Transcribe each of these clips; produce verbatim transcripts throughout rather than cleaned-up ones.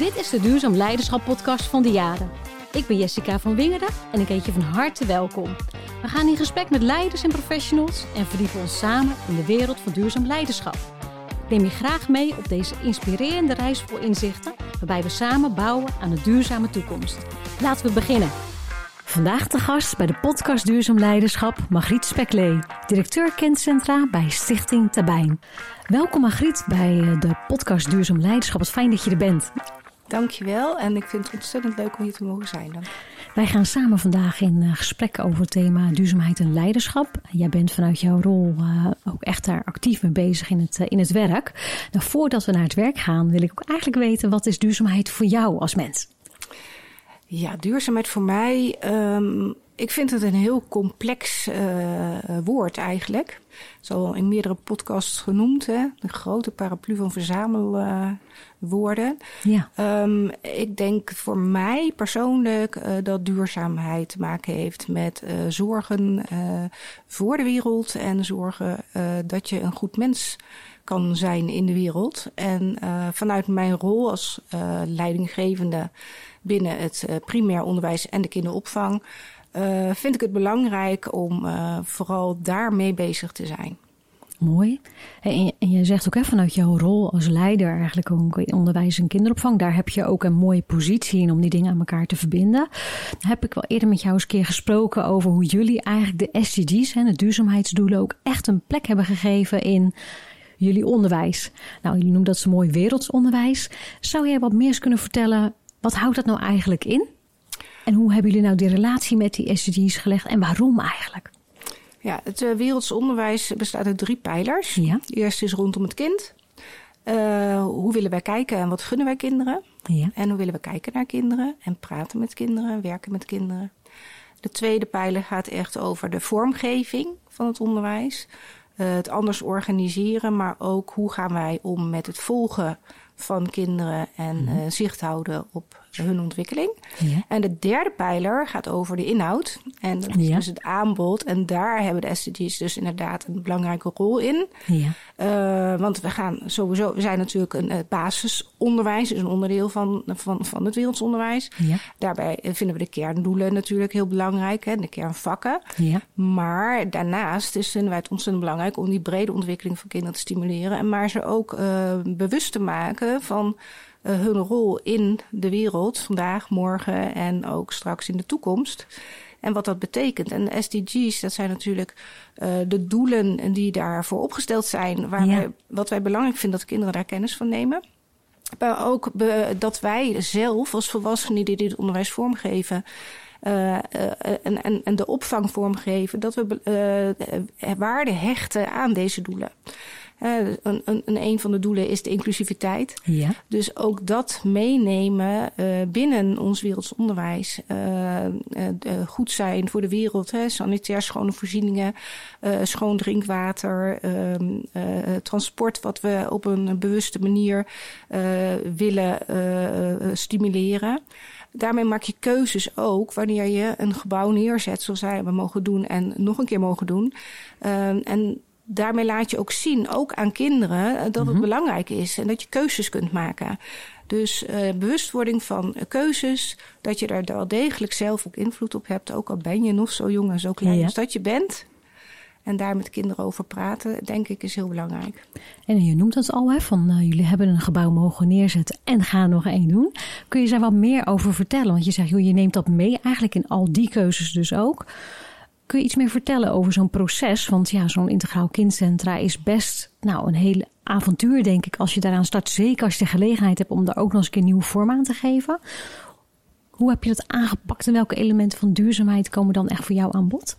Dit is de Duurzaam Leiderschap podcast van Diade. Ik ben Jessica van Wingerden en ik heet je van harte welkom. We gaan in gesprek met leiders en professionals en verdiepen ons samen in de wereld van duurzaam leiderschap. Ik neem je graag mee op deze inspirerende reis vol inzichten, waarbij we samen bouwen aan een duurzame toekomst. Laten we beginnen. Vandaag te gast bij de podcast Duurzaam Leiderschap Margriet Speklee, directeur Kindcentra bij Stichting Tabijn. Welkom Margriet bij de podcast Duurzaam Leiderschap. Wat fijn dat je er bent. Dankjewel en ik vind het ontzettend leuk om hier te mogen zijn. Dan. Wij gaan samen vandaag in gesprek over het thema duurzaamheid en leiderschap. Jij bent vanuit jouw rol uh, ook echt daar actief mee bezig in het, uh, in het werk. Nou, voordat we naar het werk gaan wil ik ook eigenlijk weten, wat is duurzaamheid voor jou als mens? Ja, duurzaamheid voor mij, um, ik vind het een heel complex uh, woord eigenlijk. Het is al in meerdere podcasts genoemd, hè? De grote paraplu van verzamelwoorden. Uh, ja. Um, ik denk voor mij persoonlijk uh, dat duurzaamheid te maken heeft met uh, zorgen uh, voor de wereld en zorgen uh, dat je een goed mens kan zijn in de wereld. En uh, vanuit mijn rol als uh, leidinggevende binnen het uh, primair onderwijs en de kinderopvang uh, vind ik het belangrijk om uh, vooral daarmee bezig te zijn. Mooi. En, en je zegt ook hè, vanuit jouw rol als leider eigenlijk ook in onderwijs en kinderopvang, daar heb je ook een mooie positie in om die dingen aan elkaar te verbinden. Dan heb ik wel eerder met jou eens een keer gesproken over hoe jullie eigenlijk de S D G's, hè, de duurzaamheidsdoelen, ook echt een plek hebben gegeven in jullie onderwijs. Nou, jullie noemen dat zo mooi wereldsonderwijs. Zou jij wat meer eens kunnen vertellen, wat houdt dat nou eigenlijk in? En hoe hebben jullie nou die relatie met die S D G's gelegd en waarom eigenlijk? Ja, het uh, wereldsonderwijs bestaat uit drie pijlers. Ja. De eerste is rondom het kind. Uh, hoe willen wij kijken en wat gunnen wij kinderen? Ja. En hoe willen we kijken naar kinderen en praten met kinderen, werken met kinderen? De tweede pijler gaat echt over de vormgeving van het onderwijs. Uh, het anders organiseren, maar ook hoe gaan wij om met het volgen van kinderen en uh, zicht houden op hun ontwikkeling. Ja. En de derde pijler gaat over de inhoud. En dat is ja. dus het aanbod. En daar hebben de S D G's dus inderdaad een belangrijke rol in. Ja. Uh, want we gaan sowieso, we zijn natuurlijk een uh, basisonderwijs, dus een onderdeel van, van, van het wereldsonderwijs. Ja. Daarbij vinden we de kerndoelen natuurlijk heel belangrijk, hè, de kernvakken. Ja. Maar daarnaast vinden wij het ontzettend belangrijk om die brede ontwikkeling van kinderen te stimuleren. En maar ze ook uh, bewust te maken van Uh, hun rol in de wereld, vandaag, morgen en ook straks in de toekomst. En wat dat betekent. En de S D G's, dat zijn natuurlijk uh, de doelen die daarvoor opgesteld zijn. Waar ja. wij, wat wij belangrijk vinden, dat de kinderen daar kennis van nemen. Maar ook be, dat wij zelf als volwassenen die dit onderwijs vormgeven, Uh, uh, en, en, en de opvang vormgeven, dat we uh, waarde hechten aan deze doelen. Uh, een, een, een van de doelen is de inclusiviteit. Ja. Dus ook dat meenemen uh, binnen ons wereldsonderwijs. Uh, uh, uh, goed zijn voor de wereld. Hè, sanitair schone voorzieningen, uh, schoon drinkwater, uh, uh, transport wat we op een bewuste manier uh, willen uh, stimuleren. Daarmee maak je keuzes ook wanneer je een gebouw neerzet, zoals wij we mogen doen en nog een keer mogen doen. Uh, en daarmee laat je ook zien, ook aan kinderen, dat het mm-hmm. belangrijk is en dat je keuzes kunt maken. Dus uh, bewustwording van uh, keuzes, dat je daar wel degelijk zelf ook invloed op hebt, ook al ben je nog zo jong en zo klein ja. als dat je bent. En daar met kinderen over praten, denk ik, is heel belangrijk. En je noemt dat al, hè, van uh, jullie hebben een gebouw mogen neerzetten en gaan nog één doen. Kun je daar wat meer over vertellen? Want je zegt, joh, je neemt dat mee eigenlijk in al die keuzes dus ook. Kun je iets meer vertellen over zo'n proces? Want ja, zo'n integraal kindcentra is best nou, een hele avontuur, denk ik, als je daaraan start. Zeker als je de gelegenheid hebt om daar ook nog eens een keer nieuwe vorm aan te geven. Hoe heb je dat aangepakt en welke elementen van duurzaamheid komen dan echt voor jou aan bod?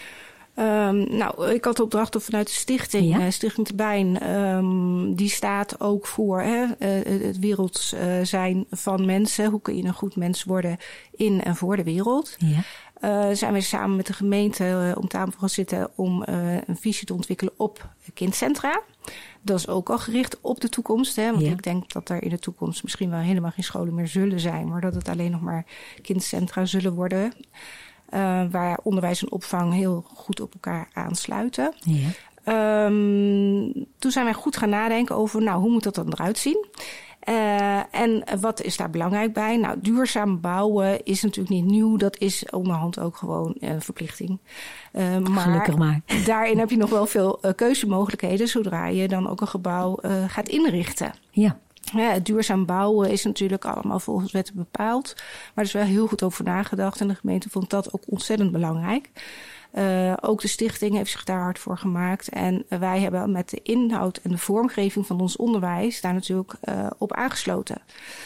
Um, nou, ik had de opdracht vanuit de stichting, ja? uh, Stichting Tabijn. Um, die staat ook voor hè, uh, het wereld uh, zijn van mensen. Hoe kun je een goed mens worden in en voor de wereld? Ja. Uh, zijn we samen met de gemeente uh, om tafel gaan zitten om uh, een visie te ontwikkelen op kindcentra. Dat is ook al gericht op de toekomst. Hè, want ja. ik denk dat er in de toekomst misschien wel helemaal geen scholen meer zullen zijn, maar dat het alleen nog maar kindcentra zullen worden. Uh, waar onderwijs en opvang heel goed op elkaar aansluiten. Ja. Um, toen zijn wij goed gaan nadenken over, nou, hoe moet dat dan eruit zien? Uh, en wat is daar belangrijk bij? Nou, duurzaam bouwen is natuurlijk niet nieuw. Dat is onderhand ook gewoon een verplichting. Uh, maar Gelukkig maar. Daarin heb je nog wel veel uh, keuzemogelijkheden zodra je dan ook een gebouw uh, gaat inrichten. Ja. Ja, duurzaam bouwen is natuurlijk allemaal volgens wetten bepaald. Maar er is wel heel goed over nagedacht. En de gemeente vond dat ook ontzettend belangrijk. Uh, ook de stichting heeft zich daar hard voor gemaakt. En uh, wij hebben met de inhoud en de vormgeving van ons onderwijs daar natuurlijk uh, op aangesloten.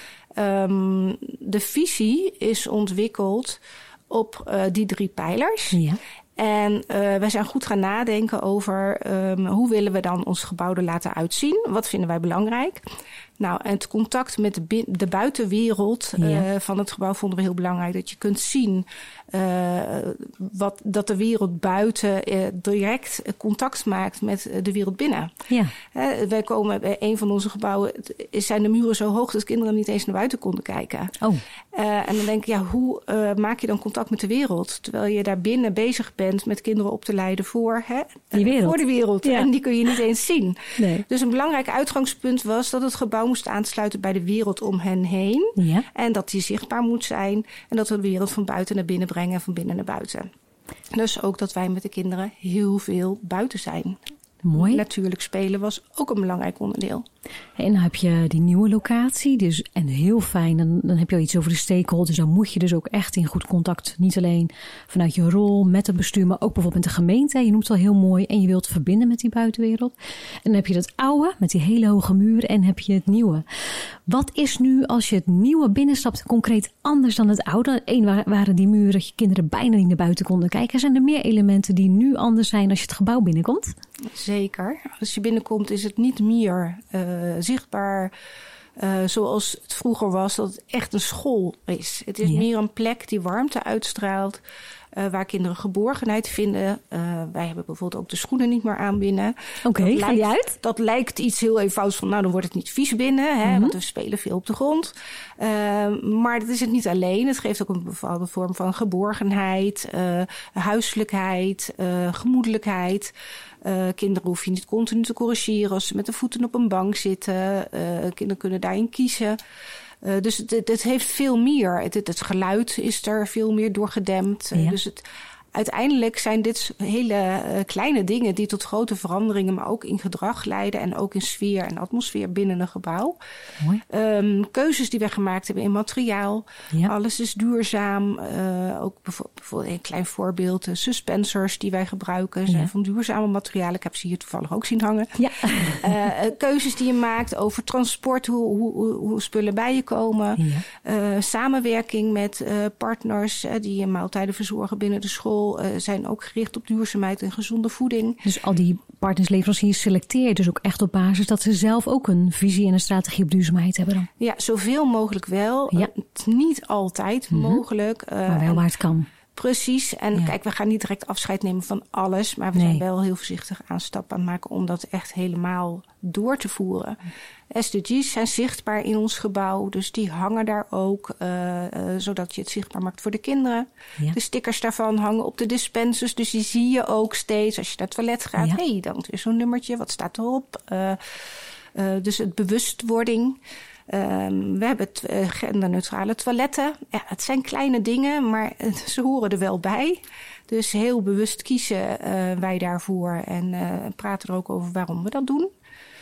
Um, de visie is ontwikkeld op uh, die drie pijlers. Ja. En uh, wij zijn goed gaan nadenken over um, hoe willen we dan ons gebouw er laten uitzien? Wat vinden wij belangrijk? Nou, en het contact met de, de buitenwereld ja. uh, van het gebouw vonden we heel belangrijk. Dat je kunt zien uh, wat, dat de wereld buiten uh, direct contact maakt met de wereld binnen. Ja. Uh, wij komen bij een van onze gebouwen, zijn de muren zo hoog dat kinderen niet eens naar buiten konden kijken. Oh. Uh, en dan denk ik, ja, hoe uh, maak je dan contact met de wereld? Terwijl je daar binnen bezig bent met kinderen op te leiden voor, hè, die wereld. voor de wereld. Ja. En die kun je niet eens zien. Nee. Dus een belangrijk uitgangspunt was dat het gebouw moest aansluiten bij de wereld om hen heen. Ja. En dat die zichtbaar moet zijn. En dat we de wereld van buiten naar binnen brengen en van binnen naar buiten. Dus ook dat wij met de kinderen heel veel buiten zijn. Mooi. Natuurlijk spelen was ook een belangrijk onderdeel. En dan heb je die nieuwe locatie. Dus, en heel fijn, dan, dan heb je al iets over de stakeholders. Dan moet je dus ook echt in goed contact. Niet alleen vanuit je rol met het bestuur, maar ook bijvoorbeeld met de gemeente. Je noemt het al heel mooi. En je wilt verbinden met die buitenwereld. En dan heb je dat oude met die hele hoge muren. En heb je het nieuwe. Wat is nu als je het nieuwe binnenstapt concreet anders dan het oude? Eén waren die muren dat je kinderen bijna niet naar buiten konden kijken. Zijn er meer elementen die nu anders zijn als je het gebouw binnenkomt? Zeker. Als je binnenkomt is het niet meer uh, zichtbaar uh, zoals het vroeger was, dat het echt een school is. Het is ja. meer een plek die warmte uitstraalt, uh, waar kinderen geborgenheid vinden. Uh, wij hebben bijvoorbeeld ook de schoenen niet meer aan binnen. Oké, okay, ga je uit? Dat lijkt iets heel eenvoudigs van, nou dan wordt het niet vies binnen, hè, mm-hmm. want we spelen veel op de grond. Uh, maar dat is het niet alleen. Het geeft ook een bepaalde vorm van geborgenheid, uh, huiselijkheid, uh, gemoedelijkheid. Uh, kinderen hoef je niet continu te corrigeren als ze met de voeten op een bank zitten. Uh, kinderen kunnen daarin kiezen. Uh, dus het, het, het heeft veel meer. Het, het, het geluid is er veel meer doorgedempt. Ja. Uh, dus het, uiteindelijk zijn dit hele uh, kleine dingen die tot grote veranderingen, maar ook in gedrag leiden en ook in sfeer en atmosfeer binnen een gebouw. Mooi. Um, keuzes die we gemaakt hebben in materiaal. Ja. Alles is duurzaam. Uh, ook bijvoorbeeld een klein voorbeeld. De suspensors die wij gebruiken zijn ja. van duurzame materialen. Ik heb ze hier toevallig ook zien hangen. Ja. Uh, keuzes die je maakt over transport, hoe, hoe, hoe spullen bij je komen. Ja. Uh, samenwerking met uh, partners uh, die je maaltijden verzorgen binnen de school. Uh, zijn ook gericht op duurzaamheid en gezonde voeding. Dus al die partnersleveranciers selecteer je dus ook echt op basis dat ze zelf ook een visie en een strategie op duurzaamheid hebben dan? Ja, zoveel mogelijk wel. Ja. Uh, niet altijd mm-hmm. mogelijk. Uh, maar wel waar het kan. Precies. En ja. kijk, we gaan niet direct afscheid nemen van alles. Maar we nee. zijn wel heel voorzichtig aan stappen aan het maken om dat echt helemaal door te voeren. S D G's zijn zichtbaar in ons gebouw. Dus die hangen daar ook. Uh, uh, zodat je het zichtbaar maakt voor de kinderen. Ja. De stickers daarvan hangen op de dispensers. Dus die zie je ook steeds als je naar het toilet gaat. Hé, ja. hey, dan is zo'n nummertje. Wat staat erop? Uh, uh, dus het bewustwording. Um, we hebben t- uh, genderneutrale toiletten. Ja, het zijn kleine dingen, maar uh, ze horen er wel bij. Dus heel bewust kiezen uh, wij daarvoor en uh, praten er ook over waarom we dat doen.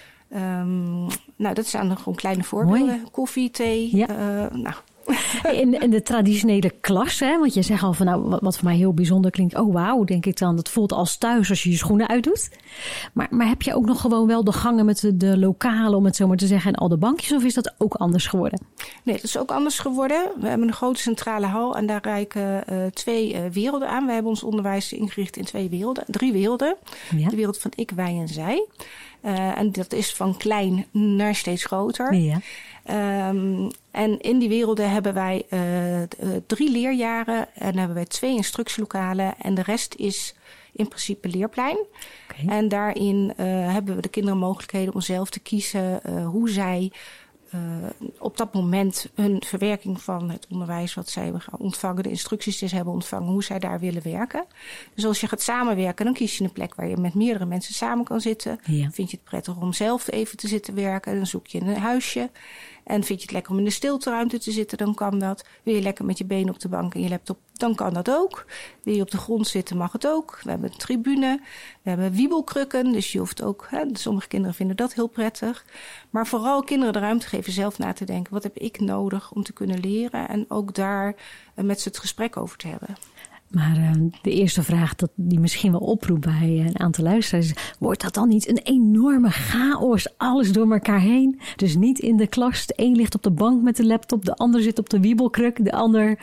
Um, nou, dat zijn dan gewoon kleine voorbeelden. Mooi. Koffie, thee. Ja. Uh, nou. In, in de traditionele klas, hè? Want je zegt al van nou, wat, wat voor mij heel bijzonder klinkt. Oh wauw, denk ik dan. Dat voelt als thuis als je je schoenen uitdoet. Maar, maar heb je ook nog gewoon wel de gangen met de, de lokalen, om het zo maar te zeggen, en al de bankjes? Of is dat ook anders geworden? Nee, dat is ook anders geworden. We hebben een grote centrale hal en daar reiken uh, twee uh, werelden aan. We hebben ons onderwijs ingericht in twee werelden, drie werelden. Ja. De wereld van ik, wij en zij. Uh, en dat is van klein naar steeds groter. Ja. Um, en in die werelden hebben wij uh, uh, drie leerjaren en hebben wij twee instructielokalen en de rest is in principe leerplein. Okay. En daarin uh, hebben we de kinderen mogelijkheden om zelf te kiezen uh, hoe zij uh, op dat moment hun verwerking van het onderwijs wat zij gaan ontvangen, de instructies die ze hebben ontvangen, hoe zij daar willen werken. Dus als je gaat samenwerken, dan kies je een plek waar je met meerdere mensen samen kan zitten. Ja. Vind je het prettig om zelf even te zitten werken, dan zoek je een huisje. En vind je het lekker om in de stilteruimte te zitten, dan kan dat. Wil je lekker met je benen op de bank en je laptop, dan kan dat ook. Wil je op de grond zitten, mag het ook. We hebben een tribune, we hebben wiebelkrukken, dus je hoeft ook... Hè, sommige kinderen vinden dat heel prettig. Maar vooral kinderen de ruimte geven zelf na te denken. Wat heb ik nodig om te kunnen leren? En ook daar uh, met ze het gesprek over te hebben. Maar uh, de eerste vraag dat die misschien wel oproept bij een aantal luisteraars is... wordt dat dan niet een enorme chaos, alles door elkaar heen? Dus niet in de klas, de een ligt op de bank met de laptop... de ander zit op de wiebelkruk, de ander...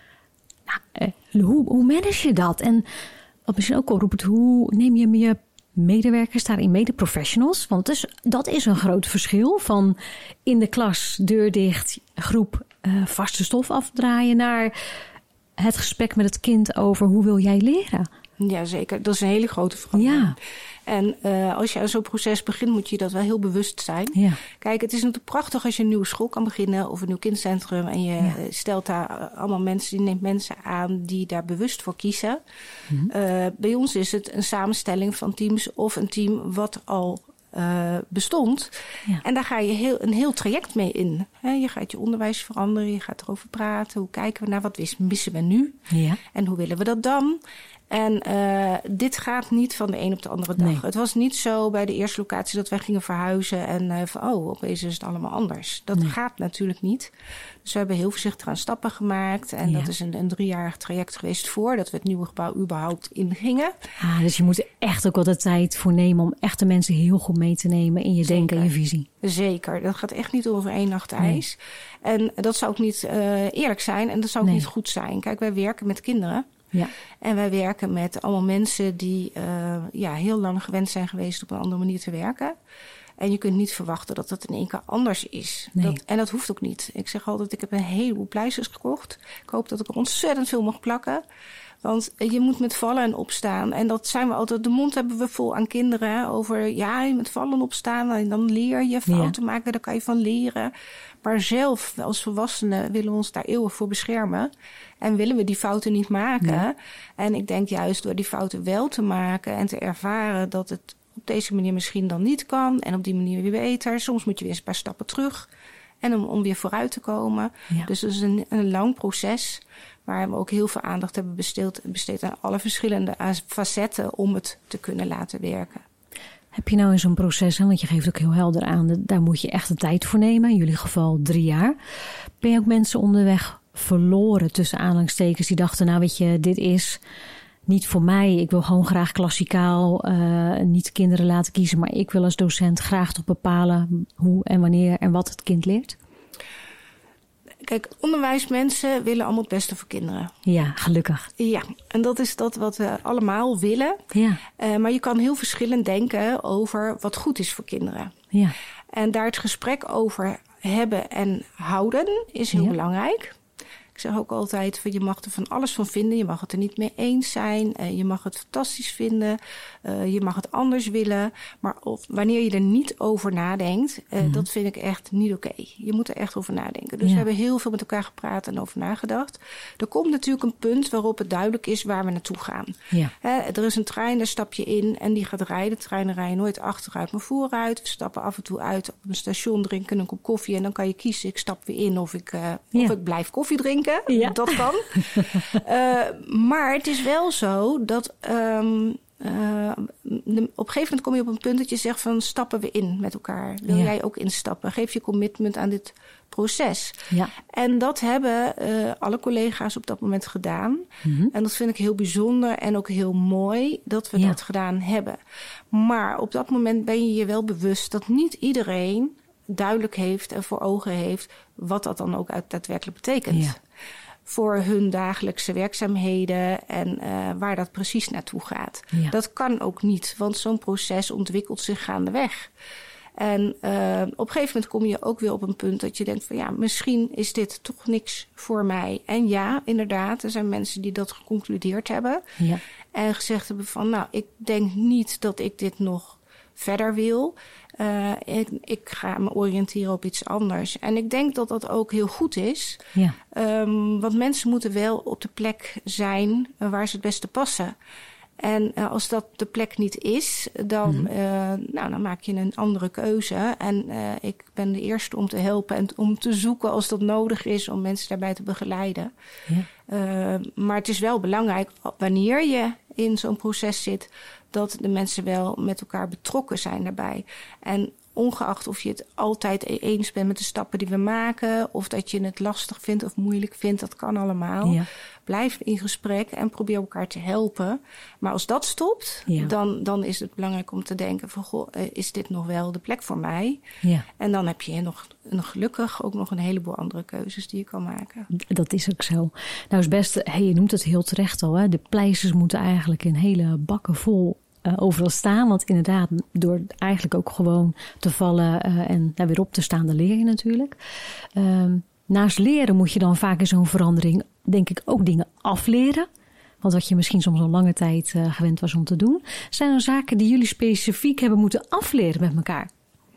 Nou, uh, hoe, hoe manage je dat? En wat misschien ook oproept, hoe neem je je medewerkers daarin mee, de professionals? Want dus, dat is een groot verschil van in de klas, deur dicht, groep uh, vaste stof afdraaien... naar het gesprek met het kind over hoe wil jij leren? Ja, zeker. Dat is een hele grote verandering. Ja. En uh, als je aan zo'n proces begint, moet je dat wel heel bewust zijn. Ja. Kijk, het is natuurlijk prachtig als je een nieuwe school kan beginnen... of een nieuw kindcentrum en je ja. stelt daar allemaal mensen... je neemt mensen aan die daar bewust voor kiezen. Mm-hmm. Uh, bij ons is het een samenstelling van teams of een team wat al... Uh, bestond. Ja. En daar ga je heel, een heel traject mee in. He, je gaat je onderwijs veranderen, je gaat erover praten. Hoe kijken we naar wat missen we nu? Ja. En hoe willen we dat dan? En uh, dit gaat niet van de een op de andere dag. Nee. Het was niet zo bij de eerste locatie dat wij gingen verhuizen... en uh, van, oh, opeens is het allemaal anders. Dat nee. gaat natuurlijk niet. Dus we hebben heel voorzichtig aan stappen gemaakt. En ja. dat is een, een driejarig traject geweest voordat we het nieuwe gebouw überhaupt ingingen. Ah, dus je moet er echt ook wel de tijd voor nemen... om echt de mensen heel goed mee te nemen in je Zeker. denken en je visie. Zeker. Dat gaat echt niet over één nacht ijs. Nee. En dat zou ook niet uh, eerlijk zijn en dat zou ook nee. niet goed zijn. Kijk, wij werken met kinderen... Ja. En wij werken met allemaal mensen die uh, ja, heel lang gewend zijn geweest op een andere manier te werken. En je kunt niet verwachten dat dat in één keer anders is. Nee. Dat, en dat hoeft ook niet. Ik zeg altijd, ik heb een heleboel pleisters gekocht. Ik hoop dat ik er ontzettend veel mag plakken. Want je moet met vallen en opstaan. En dat zijn we altijd, de mond hebben we vol aan kinderen. Over, ja, je met vallen en opstaan. En dan leer je fouten ja. maken, daar kan je van leren. Maar zelf, als volwassenen, willen we ons daar eeuwig voor beschermen. En willen we die fouten niet maken. Ja. En ik denk juist door die fouten wel te maken en te ervaren dat het op deze manier misschien dan niet kan. En op die manier weer beter. Soms moet je weer eens een paar stappen terug. En om, om weer vooruit te komen. Ja. Dus dat is een, een lang proces. Waar we ook heel veel aandacht hebben besteed, besteed aan alle verschillende facetten om het te kunnen laten werken. Heb je nou in zo'n proces, want je geeft ook heel helder aan, daar moet je echt de tijd voor nemen. In jullie geval drie jaar. Ben je ook mensen onderweg verloren tussen aanhalingstekens die dachten, nou weet je, dit is niet voor mij. Ik wil gewoon graag klassikaal, uh, niet kinderen laten kiezen, maar ik wil als docent graag toch bepalen hoe en wanneer en wat het kind leert? Kijk, onderwijsmensen willen allemaal het beste voor kinderen. Ja, gelukkig. Ja, en dat is dat wat we allemaal willen. Ja. Uh, maar je kan heel verschillend denken over wat goed is voor kinderen. Ja. En daar het gesprek over hebben en houden is heel ja. belangrijk. Ik zeg ook altijd, je mag er van alles van vinden. Je mag het er niet mee eens zijn. Je mag het fantastisch vinden. Je mag het anders willen. Maar of, wanneer je er niet over nadenkt, mm-hmm. dat vind ik echt niet oké. Okay. Je moet er echt over nadenken. Dus ja. we hebben heel veel met elkaar gepraat en over nagedacht. Er komt natuurlijk een punt waarop het duidelijk is waar we naartoe gaan. Ja. He, er is een trein, daar stap je in en die gaat rijden. Treinen rijden nooit achteruit, maar vooruit. We stappen af en toe uit op een station, drinken een kop koffie. En dan kan je kiezen, ik stap weer in of ik, uh, ja. of ik blijf koffie drinken. Ja. Dat kan. uh, maar het is wel zo dat um, uh, de, op een gegeven moment kom je op een punt dat je zegt van stappen we in met elkaar. Wil ja. jij ook instappen? Geef je commitment aan dit proces. Ja. En dat hebben uh, alle collega's op dat moment gedaan. Mm-hmm. En dat vind ik heel bijzonder en ook heel mooi dat we ja. dat gedaan hebben. Maar op dat moment ben je je wel bewust dat niet iedereen duidelijk heeft en voor ogen heeft wat dat dan ook daadwerkelijk betekent. Ja. Voor hun dagelijkse werkzaamheden en uh, waar dat precies naartoe gaat. Ja. Dat kan ook niet, want zo'n proces ontwikkelt zich gaandeweg. En uh, op een gegeven moment kom je ook weer op een punt dat je denkt van ja, misschien is dit toch niks voor mij. En ja, inderdaad, er zijn mensen die dat geconcludeerd hebben. Ja. En gezegd hebben van nou, ik denk niet dat ik dit nog verder wil. Uh, ik, ik ga me oriënteren op iets anders. En ik denk dat dat ook heel goed is. Ja. Um, want mensen moeten wel op de plek zijn waar ze het beste passen. En uh, als dat de plek niet is, dan, mm-hmm. uh, nou, dan maak je een andere keuze. En uh, ik ben de eerste om te helpen en om te zoeken als dat nodig is, om mensen daarbij te begeleiden. Ja. Uh, maar het is wel belangrijk, wanneer je in zo'n proces zit, dat de mensen wel met elkaar betrokken zijn daarbij. En ongeacht of je het altijd eens bent met de stappen die we maken, of dat je het lastig vindt of moeilijk vindt, dat kan allemaal. Ja. Blijf in gesprek en probeer elkaar te helpen. Maar als dat stopt, ja. dan, dan is het belangrijk om te denken van, goh, is dit nog wel de plek voor mij? Ja. En dan heb je nog, nog gelukkig ook nog een heleboel andere keuzes die je kan maken. Dat is ook zo. Nou is best, hey, je noemt het heel terecht al, hè? De pleisters moeten eigenlijk in hele bakken vol Uh, overal staan. Want inderdaad, door eigenlijk ook gewoon te vallen uh, en daar weer op te staan, dan leer je natuurlijk. Uh, naast leren moet je dan vaak in zo'n verandering, denk ik, ook dingen afleren. Want wat je misschien soms al lange tijd uh, gewend was om te doen. Zijn er zaken die jullie specifiek hebben moeten afleren met elkaar?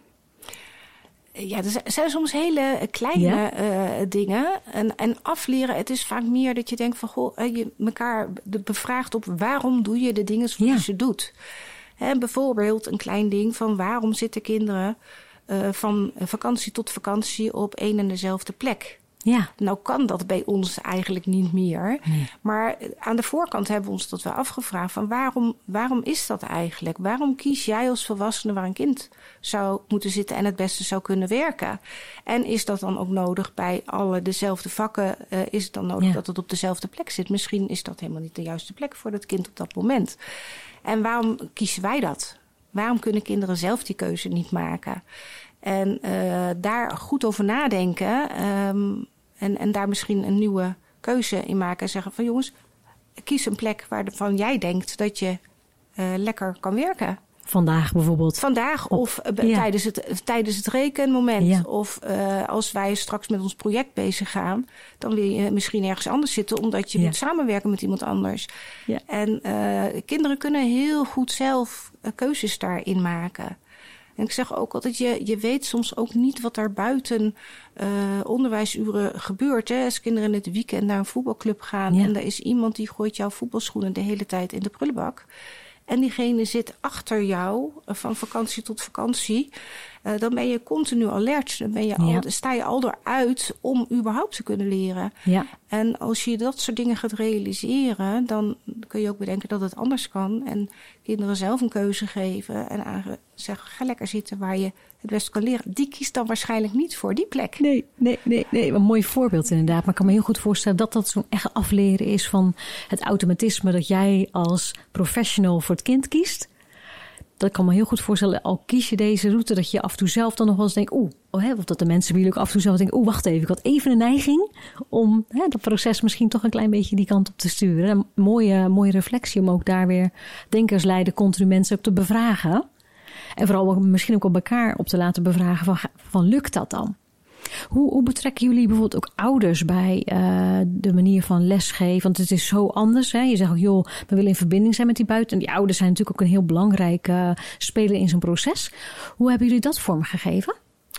Ja, er zijn soms hele kleine ja. uh, dingen. En, en afleren, het is vaak meer dat je denkt van, goh, je elkaar bevraagt op waarom doe je de dingen zoals ja. je ze doet. Hè, bijvoorbeeld een klein ding van waarom zitten kinderen uh, van vakantie tot vakantie op één en dezelfde plek. Ja. Nou kan dat bij ons eigenlijk niet meer. Nee. Maar aan de voorkant hebben we ons dat wel afgevraagd van waarom, waarom is dat eigenlijk? Waarom kies jij als volwassene waar een kind zou moeten zitten en het beste zou kunnen werken? En is dat dan ook nodig bij alle dezelfde vakken? Uh, is het dan nodig ja. dat het op dezelfde plek zit? Misschien is dat helemaal niet de juiste plek voor dat kind op dat moment. En waarom kiezen wij dat? Waarom kunnen kinderen zelf die keuze niet maken? En uh, daar goed over nadenken. Um, En, en daar misschien een nieuwe keuze in maken. En zeggen van jongens, kies een plek waarvan jij denkt dat je uh, lekker kan werken. Vandaag bijvoorbeeld. Vandaag op, of uh, ja. tijdens, het, tijdens het rekenmoment. Ja. Of uh, als wij straks met ons project bezig gaan. Dan wil je misschien ergens anders zitten. Omdat je ja. moet samenwerken met iemand anders. Ja. En uh, kinderen kunnen heel goed zelf uh, keuzes daarin maken. En ik zeg ook altijd, je, je weet soms ook niet wat daar buiten uh, onderwijsuren gebeurt. Hè? Als kinderen in het weekend naar een voetbalclub gaan ja. en er is iemand die gooit jouw voetbalschoenen de hele tijd in de prullenbak. En diegene zit achter jou uh, van vakantie tot vakantie. Uh, dan ben je continu alert. Dan ben je ja. al, sta je al eruit om überhaupt te kunnen leren. Ja. En als je dat soort dingen gaat realiseren, dan kun je ook bedenken dat het anders kan. En kinderen zelf een keuze geven en aan, zeggen, ga lekker zitten waar je het beste kan leren. Die kiest dan waarschijnlijk niet voor die plek. Nee, nee, nee, nee. Een mooi voorbeeld inderdaad. Maar ik kan me heel goed voorstellen dat dat zo'n echt afleren is van het automatisme dat jij als professional voor het kind kiest. Dat kan me heel goed voorstellen, al kies je deze route, dat je af en toe zelf dan nog wel eens denkt, oeh, oh, hè, of dat de mensen bij jullie ook af en toe zelf denken, oeh, wacht even, ik had even een neiging om hè, dat proces misschien toch een klein beetje die kant op te sturen. Een mooie, mooie reflectie om ook daar weer denkers leiden, continu mensen op te bevragen. En vooral misschien ook op elkaar op te laten bevragen van, van lukt dat dan? Hoe, hoe betrekken jullie bijvoorbeeld ook ouders bij uh, de manier van lesgeven? Want het is zo anders. Hè? Je zegt ook, joh, we willen in verbinding zijn met die buiten. En die ouders zijn natuurlijk ook een heel belangrijke uh, speler in zo'n proces. Hoe hebben jullie dat vormgegeven?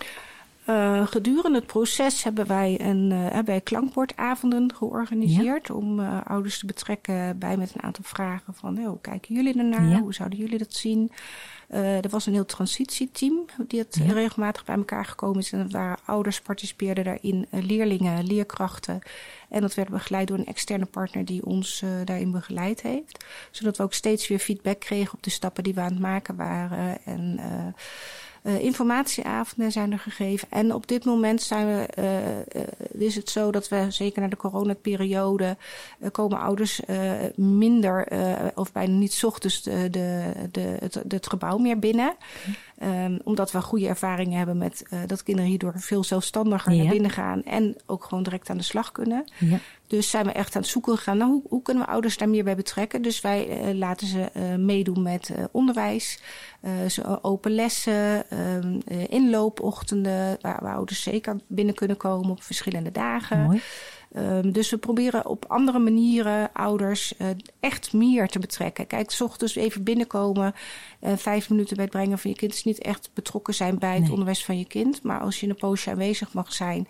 Uh, gedurende het proces hebben wij, een, uh, hebben wij klankbordavonden georganiseerd. Ja. Om uh, ouders te betrekken bij met een aantal vragen van, hoe kijken jullie ernaar? Ja. Hoe zouden jullie dat zien? Uh, er was een heel transitieteam die het ja. regelmatig bij elkaar gekomen is. En waar ouders participeerden daarin, uh, leerlingen, leerkrachten. En dat werd begeleid door een externe partner die ons uh, daarin begeleid heeft. Zodat we ook steeds weer feedback kregen op de stappen die we aan het maken waren. En uh, uh, informatieavonden zijn er gegeven. En op dit moment zijn we, uh, uh, is het zo dat we, zeker na de coronaperiode, uh, komen ouders uh, minder, uh, of bijna niet 's ochtends de, de, de, het, het gebouw meer binnen. Um, omdat we goede ervaringen hebben met uh, dat kinderen hierdoor veel zelfstandiger ja. naar binnen gaan. En ook gewoon direct aan de slag kunnen. Ja. Dus zijn we echt aan het zoeken gegaan. Nou, hoe, hoe kunnen we ouders daar meer bij betrekken? Dus wij uh, laten ze uh, meedoen met uh, onderwijs. Uh, zo open lessen. Um, uh, inloopochtenden. Waar, waar ouders zeker binnen kunnen komen op verschillende dagen. Mooi. Um, dus we proberen op andere manieren ouders uh, echt meer te betrekken. Kijk, 's ochtends even binnenkomen, uh, vijf minuten bij het brengen van je kind is niet echt betrokken zijn bij het nee. onderwijs van je kind. Maar als je een poosje aanwezig mag zijn,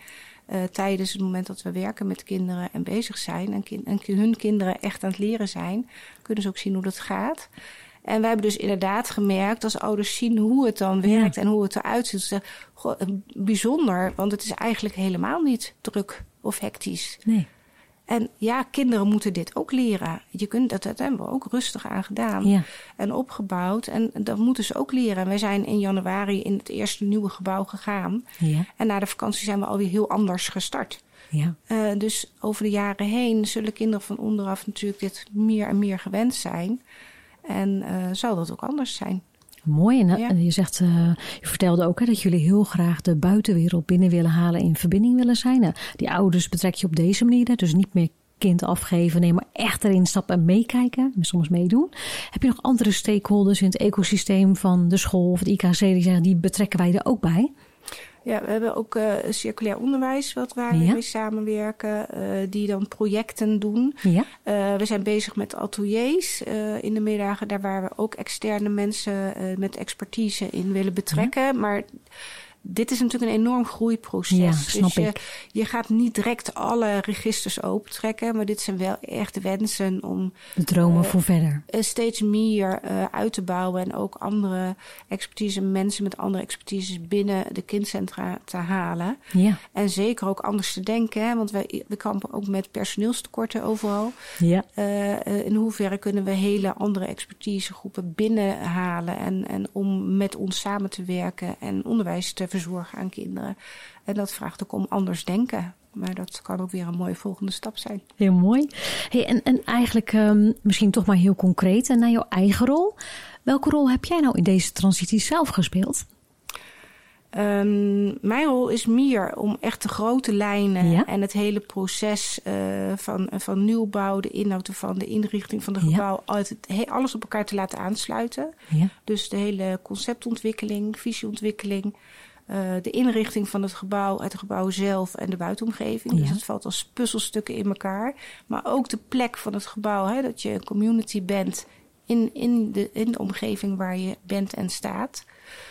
uh, tijdens het moment dat we werken met kinderen en bezig zijn... en, kind, en hun kinderen echt aan het leren zijn... kunnen ze ook zien hoe dat gaat. En wij hebben dus inderdaad gemerkt, als ouders zien hoe het dan werkt... Ja. en hoe het eruit ziet, ze goh, bijzonder, want het is eigenlijk helemaal niet druk of hectisch. Nee. En ja, kinderen moeten dit ook leren. Je kunt, dat, dat hebben we ook rustig aan gedaan ja. en opgebouwd. En dat moeten ze ook leren. En wij zijn in januari in het eerste nieuwe gebouw gegaan. Ja. En na de vakantie zijn we alweer heel anders gestart. Ja. Uh, dus over de jaren heen zullen kinderen van onderaf natuurlijk dit meer en meer gewend zijn. En uh, zal dat ook anders zijn. Mooi. En ja. je zegt, uh, je vertelde ook hè, dat jullie heel graag de buitenwereld binnen willen halen, in verbinding willen zijn. Nou, die ouders betrek je op deze manier, dus niet meer kind afgeven, nee, maar echt erin stappen en meekijken, soms meedoen. Heb je nog andere stakeholders in het ecosysteem van de school of het I K C die zeggen, die betrekken wij er ook bij? Ja, we hebben ook uh, circulair onderwijs, wat waar we ja. mee samenwerken, uh, die dan projecten doen. Ja. Uh, we zijn bezig met ateliers uh, in de middagen, daar waar we ook externe mensen uh, met expertise in willen betrekken. Ja. Maar dit is natuurlijk een enorm groeiproces. Ja, snap dus je, ik. je gaat niet direct alle registers opentrekken, maar dit zijn wel echt wensen om de dromen uh, voor verder uh, steeds meer uh, uit te bouwen en ook andere expertise, mensen met andere expertise binnen de kindcentra te halen. Ja. En zeker ook anders te denken, hè, want wij, we kampen ook met personeelstekorten overal. Ja. Uh, uh, in hoeverre kunnen we hele andere expertisegroepen binnenhalen en, en om met ons samen te werken en onderwijs te verzorgen aan kinderen. En dat vraagt ook om anders denken. Maar dat kan ook weer een mooie volgende stap zijn. Heel mooi. Hey, en, en eigenlijk um, misschien toch maar heel concreet en naar jouw eigen rol. Welke rol heb jij nou in deze transitie zelf gespeeld? Um, mijn rol is meer om echt de grote lijnen ja. en het hele proces uh, van, van nieuwbouw, de inhoud ervan, de inrichting van de gebouw, ja. alles op elkaar te laten aansluiten. Ja. Dus de hele conceptontwikkeling, visieontwikkeling, uh, de inrichting van het gebouw, het gebouw zelf en de buitenomgeving. Ja. Dus het valt als puzzelstukken in elkaar. Maar ook de plek van het gebouw, hè, dat je een community bent in, in, de, in de omgeving waar je bent en staat.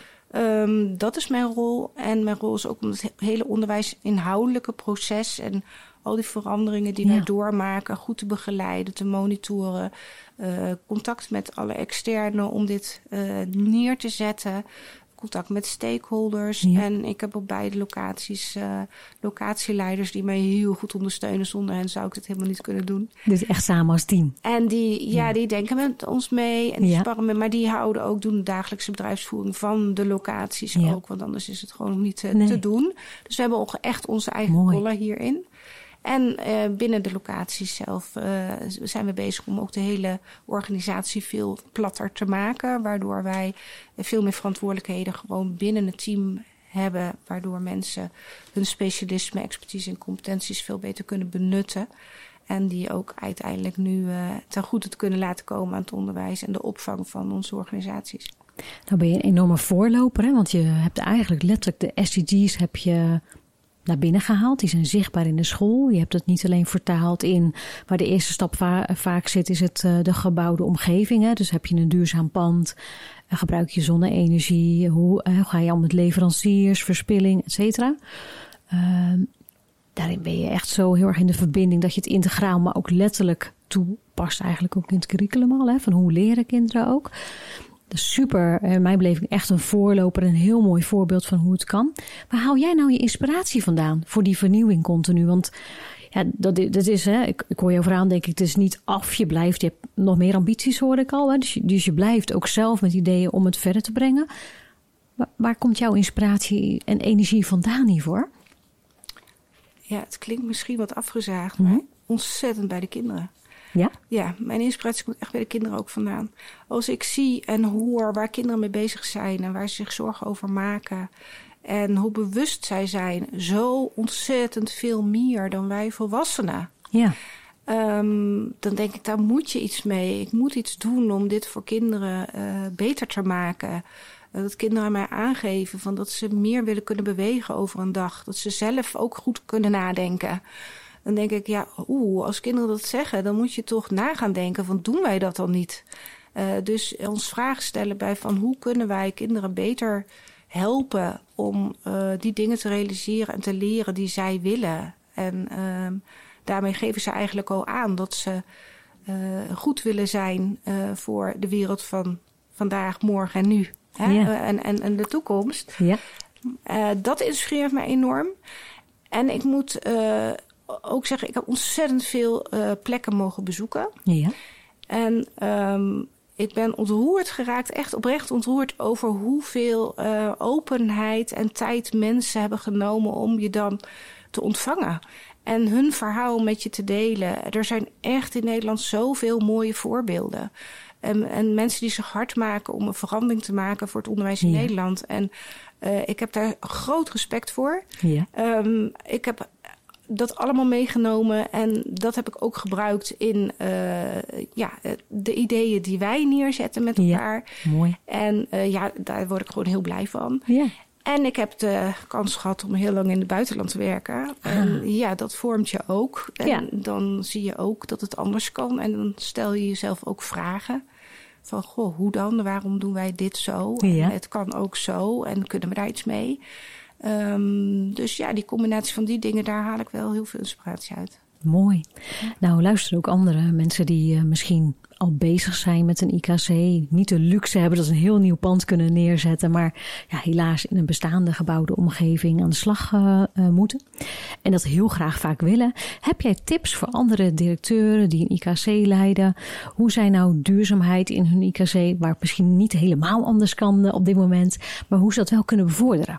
Um, dat is mijn rol. En mijn rol is ook om het hele onderwijsinhoudelijke proces en al die veranderingen die ja. wij doormaken goed te begeleiden, te monitoren. Uh, contact met alle externen om dit uh, neer te zetten. Contact met stakeholders. Ja. En ik heb op beide locaties uh, locatieleiders die mij heel goed ondersteunen. Zonder hen zou ik dit helemaal niet kunnen doen. Dus echt samen als team. En die, ja, ja. die denken met ons mee. En die ja. sparren met, maar die houden ook, doen de dagelijkse bedrijfsvoering van de locaties ja. ook. Want anders is het gewoon niet uh, nee. te doen. Dus we hebben ook echt onze eigen Mooi. rollen hierin. En uh, binnen de locaties zelf uh, zijn we bezig om ook de hele organisatie veel platter te maken. Waardoor wij veel meer verantwoordelijkheden gewoon binnen het team hebben. Waardoor mensen hun specialisme, expertise en competenties veel beter kunnen benutten. En die ook uiteindelijk nu uh, ten goede te kunnen laten komen aan het onderwijs en de opvang van onze organisaties. Nou ben je een enorme voorloper, hè? Want je hebt eigenlijk letterlijk de S D G's heb je naar binnen gehaald. Die zijn zichtbaar in de school. Je hebt het niet alleen vertaald in waar de eerste stap va- vaak zit, is het uh, de gebouwde omgeving. Hè? Dus heb je een duurzaam pand, uh, gebruik je zonne-energie, hoe uh, ga je om met leveranciers, verspilling, et cetera. Uh, daarin ben je echt zo heel erg in de verbinding dat je het integraal, maar ook letterlijk toepast eigenlijk ook in het curriculum al. Hè? Van hoe leren kinderen ook. Dus super, in mijn beleving echt een voorloper, een heel mooi voorbeeld van hoe het kan. Waar haal jij nou je inspiratie vandaan voor die vernieuwing continu? Want ja, dat, dat is, hè, ik, ik hoor je over aan, denk ik, het is niet af, je blijft, je hebt nog meer ambities, hoor ik al. Hè? Dus, je, dus je blijft ook zelf met ideeën om het verder te brengen. Waar, waar komt jouw inspiratie en energie vandaan hiervoor? Ja, het klinkt misschien wat afgezaagd, mm-hmm. maar ontzettend bij de kinderen. Ja? Ja, mijn inspiratie komt echt bij de kinderen ook vandaan. Als ik zie en hoor waar kinderen mee bezig zijn en waar ze zich zorgen over maken en hoe bewust zij zijn, zo ontzettend veel meer dan wij volwassenen. Ja. Um, dan denk ik, daar moet je iets mee. Ik moet iets doen om dit voor kinderen uh, beter te maken. Uh, dat kinderen mij aangeven van dat ze meer willen kunnen bewegen over een dag. Dat ze zelf ook goed kunnen nadenken. Dan denk ik, ja, oeh, als kinderen dat zeggen, dan moet je toch na gaan denken van, doen wij dat dan niet? Uh, dus ons vragen stellen bij van, hoe kunnen wij kinderen beter helpen om uh, die dingen te realiseren en te leren die zij willen. En uh, daarmee geven ze eigenlijk al aan dat ze uh, goed willen zijn uh, voor de wereld van vandaag, morgen en nu. Hè? Ja. Uh, en, en, en de toekomst. Ja. Uh, dat inspireert mij enorm. En ik moet uh, ook zeggen, ik heb ontzettend veel uh, plekken mogen bezoeken. Ja. En um, ik ben ontroerd geraakt, echt oprecht ontroerd over hoeveel uh, openheid en tijd mensen hebben genomen om je dan te ontvangen. En hun verhaal met je te delen. Er zijn echt in Nederland zoveel mooie voorbeelden. En, en mensen die zich hard maken om een verandering te maken voor het onderwijs in ja. Nederland. En uh, ik heb daar groot respect voor. Ja. Um, ik heb dat allemaal meegenomen en dat heb ik ook gebruikt in uh, ja, de ideeën die wij neerzetten met elkaar. Ja, mooi. En uh, ja, daar word ik gewoon heel blij van. Ja. En ik heb de kans gehad om heel lang in het buitenland te werken. Ah. En ja, dat vormt je ook. En ja. dan zie je ook dat het anders kan. En dan stel je jezelf ook vragen. Van, goh, hoe dan? Waarom doen wij dit zo? Ja. En het kan ook zo. En kunnen we daar iets mee? Um, dus ja, die combinatie van die dingen, daar haal ik wel heel veel inspiratie uit. Mooi. Nou, luisteren ook andere mensen die uh, misschien al bezig zijn met een I K C. Niet de luxe hebben dat ze een heel nieuw pand kunnen neerzetten. Maar ja, helaas in een bestaande gebouwde omgeving aan de slag uh, uh, moeten. En dat heel graag vaak willen. Heb jij tips voor andere directeuren die een I K C leiden? Hoe zij nou duurzaamheid in hun I K C, waar het misschien niet helemaal anders kan uh, op dit moment. Maar hoe ze dat wel kunnen bevorderen?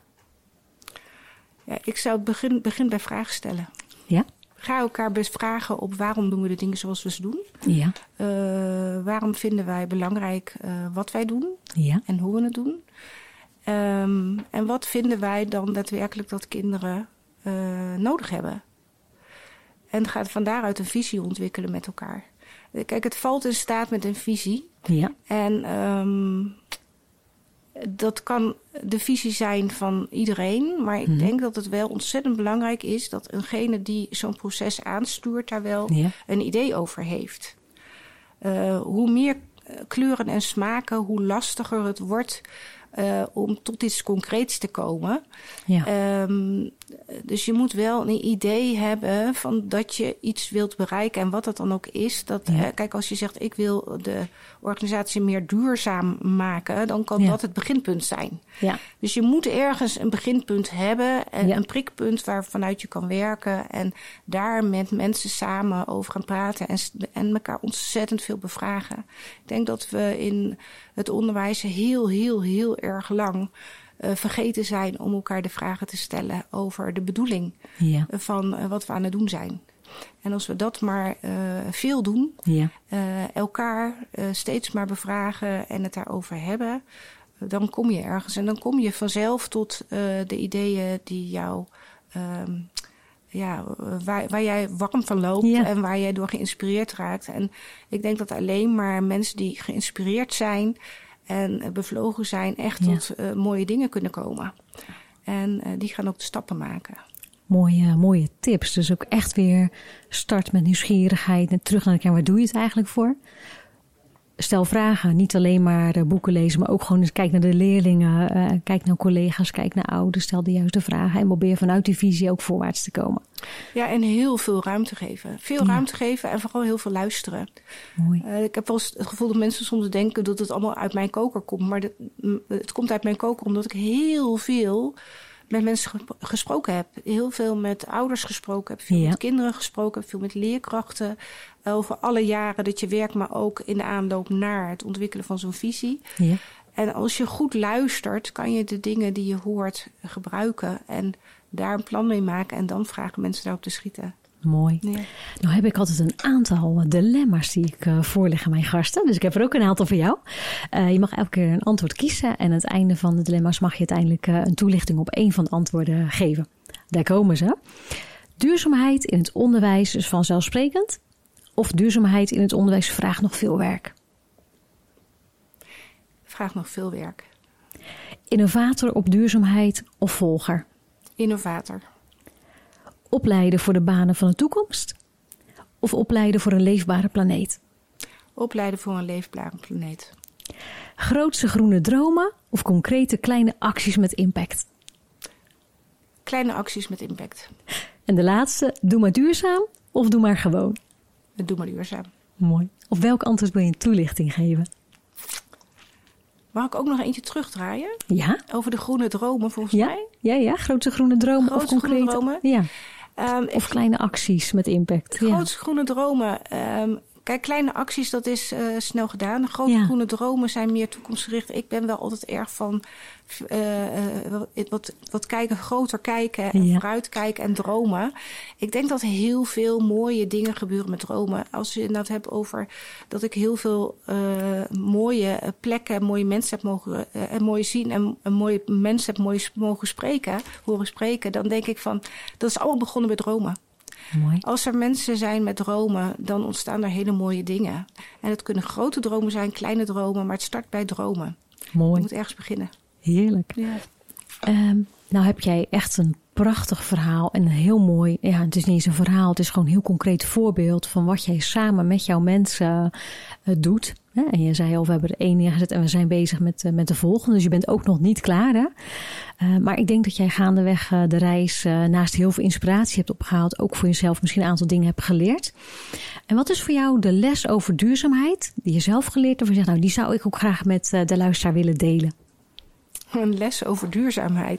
Ja, ik zou begin, begin bij vragen stellen. Ja? Ga elkaar bevragen op waarom doen we de dingen zoals we ze doen. Ja. Uh, waarom vinden wij belangrijk uh, wat wij doen ja. en hoe we het doen. Um, en wat vinden wij dan daadwerkelijk dat kinderen uh, nodig hebben. En ga van daaruit een visie ontwikkelen met elkaar. Kijk, het valt in staat met een visie. Ja. En um, dat kan de visie zijn van iedereen. Maar ik hmm. denk dat het wel ontzettend belangrijk is dat eengene die zo'n proces aanstuurt daar wel ja. een idee over heeft. Uh, hoe meer kleuren en smaken, hoe lastiger het wordt uh, om tot iets concreets te komen. Ja. Um, dus je moet wel een idee hebben van dat je iets wilt bereiken en wat dat dan ook is. Dat, ja. uh, kijk, als je zegt ik wil de organisatie meer duurzaam maken, dan kan ja. dat het beginpunt zijn. Ja. Dus je moet ergens een beginpunt hebben en ja. een prikpunt waarvanuit je kan werken en daar met mensen samen over gaan praten en, en elkaar ontzettend veel bevragen. Ik denk dat we in het onderwijs heel, heel, heel erg lang Uh, vergeten zijn om elkaar de vragen te stellen over de bedoeling ja. van uh, wat we aan het doen zijn. En als we dat maar uh, veel doen, ja. uh, elkaar uh, steeds maar bevragen en het daarover hebben, uh, dan kom je ergens. En dan kom je vanzelf tot uh, de ideeën die jou, uh, ja, waar, waar jij warm van loopt ja. en waar jij door geïnspireerd raakt. En ik denk dat alleen maar mensen die geïnspireerd zijn en bevlogen zijn echt ja. tot uh, mooie dingen kunnen komen. En uh, die gaan ook de stappen maken. Mooie, mooie tips. Dus ook echt weer start met nieuwsgierigheid en terug naar de kern. Waar doe je het eigenlijk voor? Stel vragen. Niet alleen maar uh, boeken lezen, maar ook gewoon eens kijk naar de leerlingen. Uh, kijk naar collega's, kijk naar ouders. Stel de juiste vragen en probeer vanuit die visie ook voorwaarts te komen. Ja, en heel veel ruimte geven. Veel ja. ruimte geven en vooral heel veel luisteren. Mooi. Uh, ik heb wel eens het gevoel dat mensen soms denken dat het allemaal uit mijn koker komt. Maar dat, het komt uit mijn koker omdat ik heel veel met mensen gesproken heb. Heel veel met ouders gesproken heb. Veel ja. met kinderen gesproken heb. Veel met leerkrachten. Over alle jaren dat je werkt, maar ook in de aanloop naar het ontwikkelen van zo'n visie. Ja. En als je goed luistert, kan je de dingen die je hoort gebruiken en daar een plan mee maken en dan vragen mensen daarop te schieten. Mooi. Ja. Nou heb ik altijd een aantal dilemma's die ik uh, voorleg aan mijn gasten. Dus ik heb er ook een aantal voor jou. Uh, je mag elke keer een antwoord kiezen. En aan het einde van de dilemma's mag je uiteindelijk uh, een toelichting op één van de antwoorden geven. Daar komen ze. Duurzaamheid in het onderwijs is vanzelfsprekend. Of duurzaamheid in het onderwijs vraagt nog veel werk? Vraagt nog veel werk. Innovator op duurzaamheid of volger? Innovator. Opleiden voor de banen van de toekomst? Of opleiden voor een leefbare planeet? Opleiden voor een leefbare planeet. Grootse groene dromen of concrete kleine acties met impact? Kleine acties met impact. En de laatste, doe maar duurzaam of doe maar gewoon? Doe maar duurzaam. Mooi. Op welk antwoord wil je een toelichting geven? Mag ik ook nog eentje terugdraaien? Ja. Over de groene dromen volgens ja? mij? Ja, ja. Grootse groene dromen Grootse of concrete? Groene dromen. Ja. Um, of kleine acties met impact. Grootse ja. groene dromen. Um, Kijk, kleine acties, dat is uh, snel gedaan. Grote ja. groene dromen zijn meer toekomstgericht. Ik ben wel altijd erg van uh, uh, wat, wat kijken, groter kijken en ja. vooruit kijken en dromen. Ik denk dat heel veel mooie dingen gebeuren met dromen. Als je het hebt over dat ik heel veel uh, mooie plekken, mooie mensen heb mogen uh, en mooie zien en, en mooie mensen heb mooi mogen spreken, horen spreken, dan denk ik van, dat is allemaal begonnen met dromen. Mooi. Als er mensen zijn met dromen, dan ontstaan er hele mooie dingen. En het kunnen grote dromen zijn, kleine dromen, maar het start bij dromen. Mooi. Je moet ergens beginnen. Heerlijk. Ja. Um, nou heb jij echt een prachtig verhaal en een heel mooi, ja, het is niet eens een verhaal, het is gewoon een heel concreet voorbeeld van wat jij samen met jouw mensen uh, doet. Hè? En je zei al, we hebben er één neergezet en we zijn bezig met, uh, met de volgende. Dus je bent ook nog niet klaar, hè? Uh, maar ik denk dat jij gaandeweg uh, de reis uh, naast heel veel inspiratie hebt opgehaald, ook voor jezelf misschien een aantal dingen hebt geleerd. En wat is voor jou de les over duurzaamheid die je zelf geleerd hebt? Of je zegt, nou, die zou ik ook graag met uh, de luisteraar willen delen. Een les over duurzaamheid.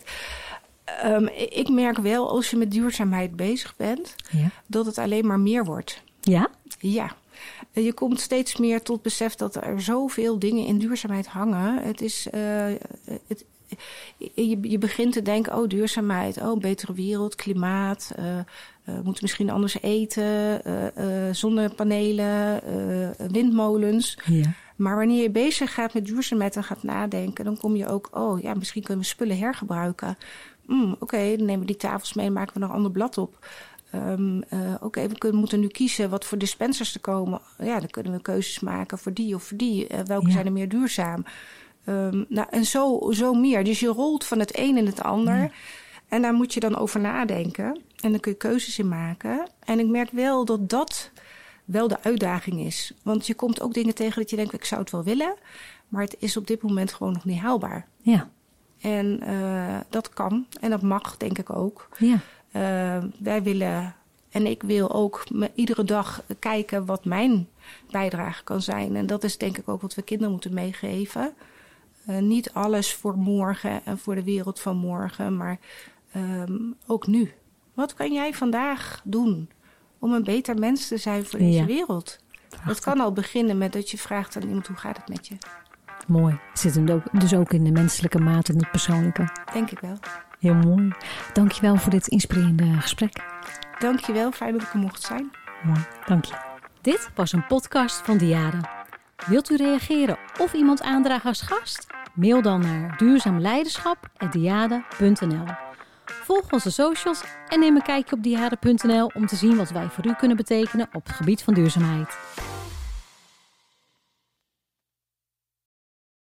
Um, ik merk wel, als je met duurzaamheid bezig bent, ja. dat het alleen maar meer wordt. Ja? Ja. Je komt steeds meer tot besef dat er zoveel dingen in duurzaamheid hangen. Het is, uh, het, je, je begint te denken, oh, duurzaamheid, oh, een betere wereld, klimaat. Uh, uh, we moeten misschien anders eten, uh, uh, zonnepanelen, uh, windmolens. Ja. Maar wanneer je bezig gaat met duurzaamheid en gaat nadenken, dan kom je ook, oh ja, misschien kunnen we spullen hergebruiken. Mm, Oké, okay, dan nemen we die tafels mee en maken we er een ander blad op. Um, uh, Oké, okay, we kunnen, moeten nu kiezen wat voor dispensers er komen. Ja, dan kunnen we keuzes maken voor die of voor die. Uh, welke ja. zijn er meer duurzaam? Um, nou, en zo, zo meer. Dus je rolt van het een in het ander. Ja. En daar moet je dan over nadenken. En dan kun je keuzes in maken. En ik merk wel dat dat wel de uitdaging is. Want je komt ook dingen tegen dat je denkt, ik zou het wel willen. Maar het is op dit moment gewoon nog niet haalbaar. Ja. En uh, dat kan. En dat mag, denk ik ook. Ja. Uh, wij willen, en ik wil ook me, iedere dag kijken wat mijn bijdrage kan zijn. En dat is denk ik ook wat we kinderen moeten meegeven. Uh, niet alles voor morgen en voor de wereld van morgen, maar um, ook nu. Wat kan jij vandaag doen om een beter mens te zijn voor deze ja. wereld? Prachtig. Dat kan al beginnen met dat je vraagt aan iemand, hoe gaat het met je? Mooi. Het zit hem dus ook in de menselijke maat en het persoonlijke. Denk ik wel. Heel mooi. Dankjewel voor dit inspirerende gesprek. Dankjewel, fijn dat ik er mocht zijn. Mooi, dank je. Dit was een podcast van Diade. Wilt u reageren of iemand aandragen als gast? Mail dan naar duurzaamleiderschap apenstaartje diade punt n l. Volg onze socials en neem een kijkje op diade punt n l om te zien wat wij voor u kunnen betekenen op het gebied van duurzaamheid.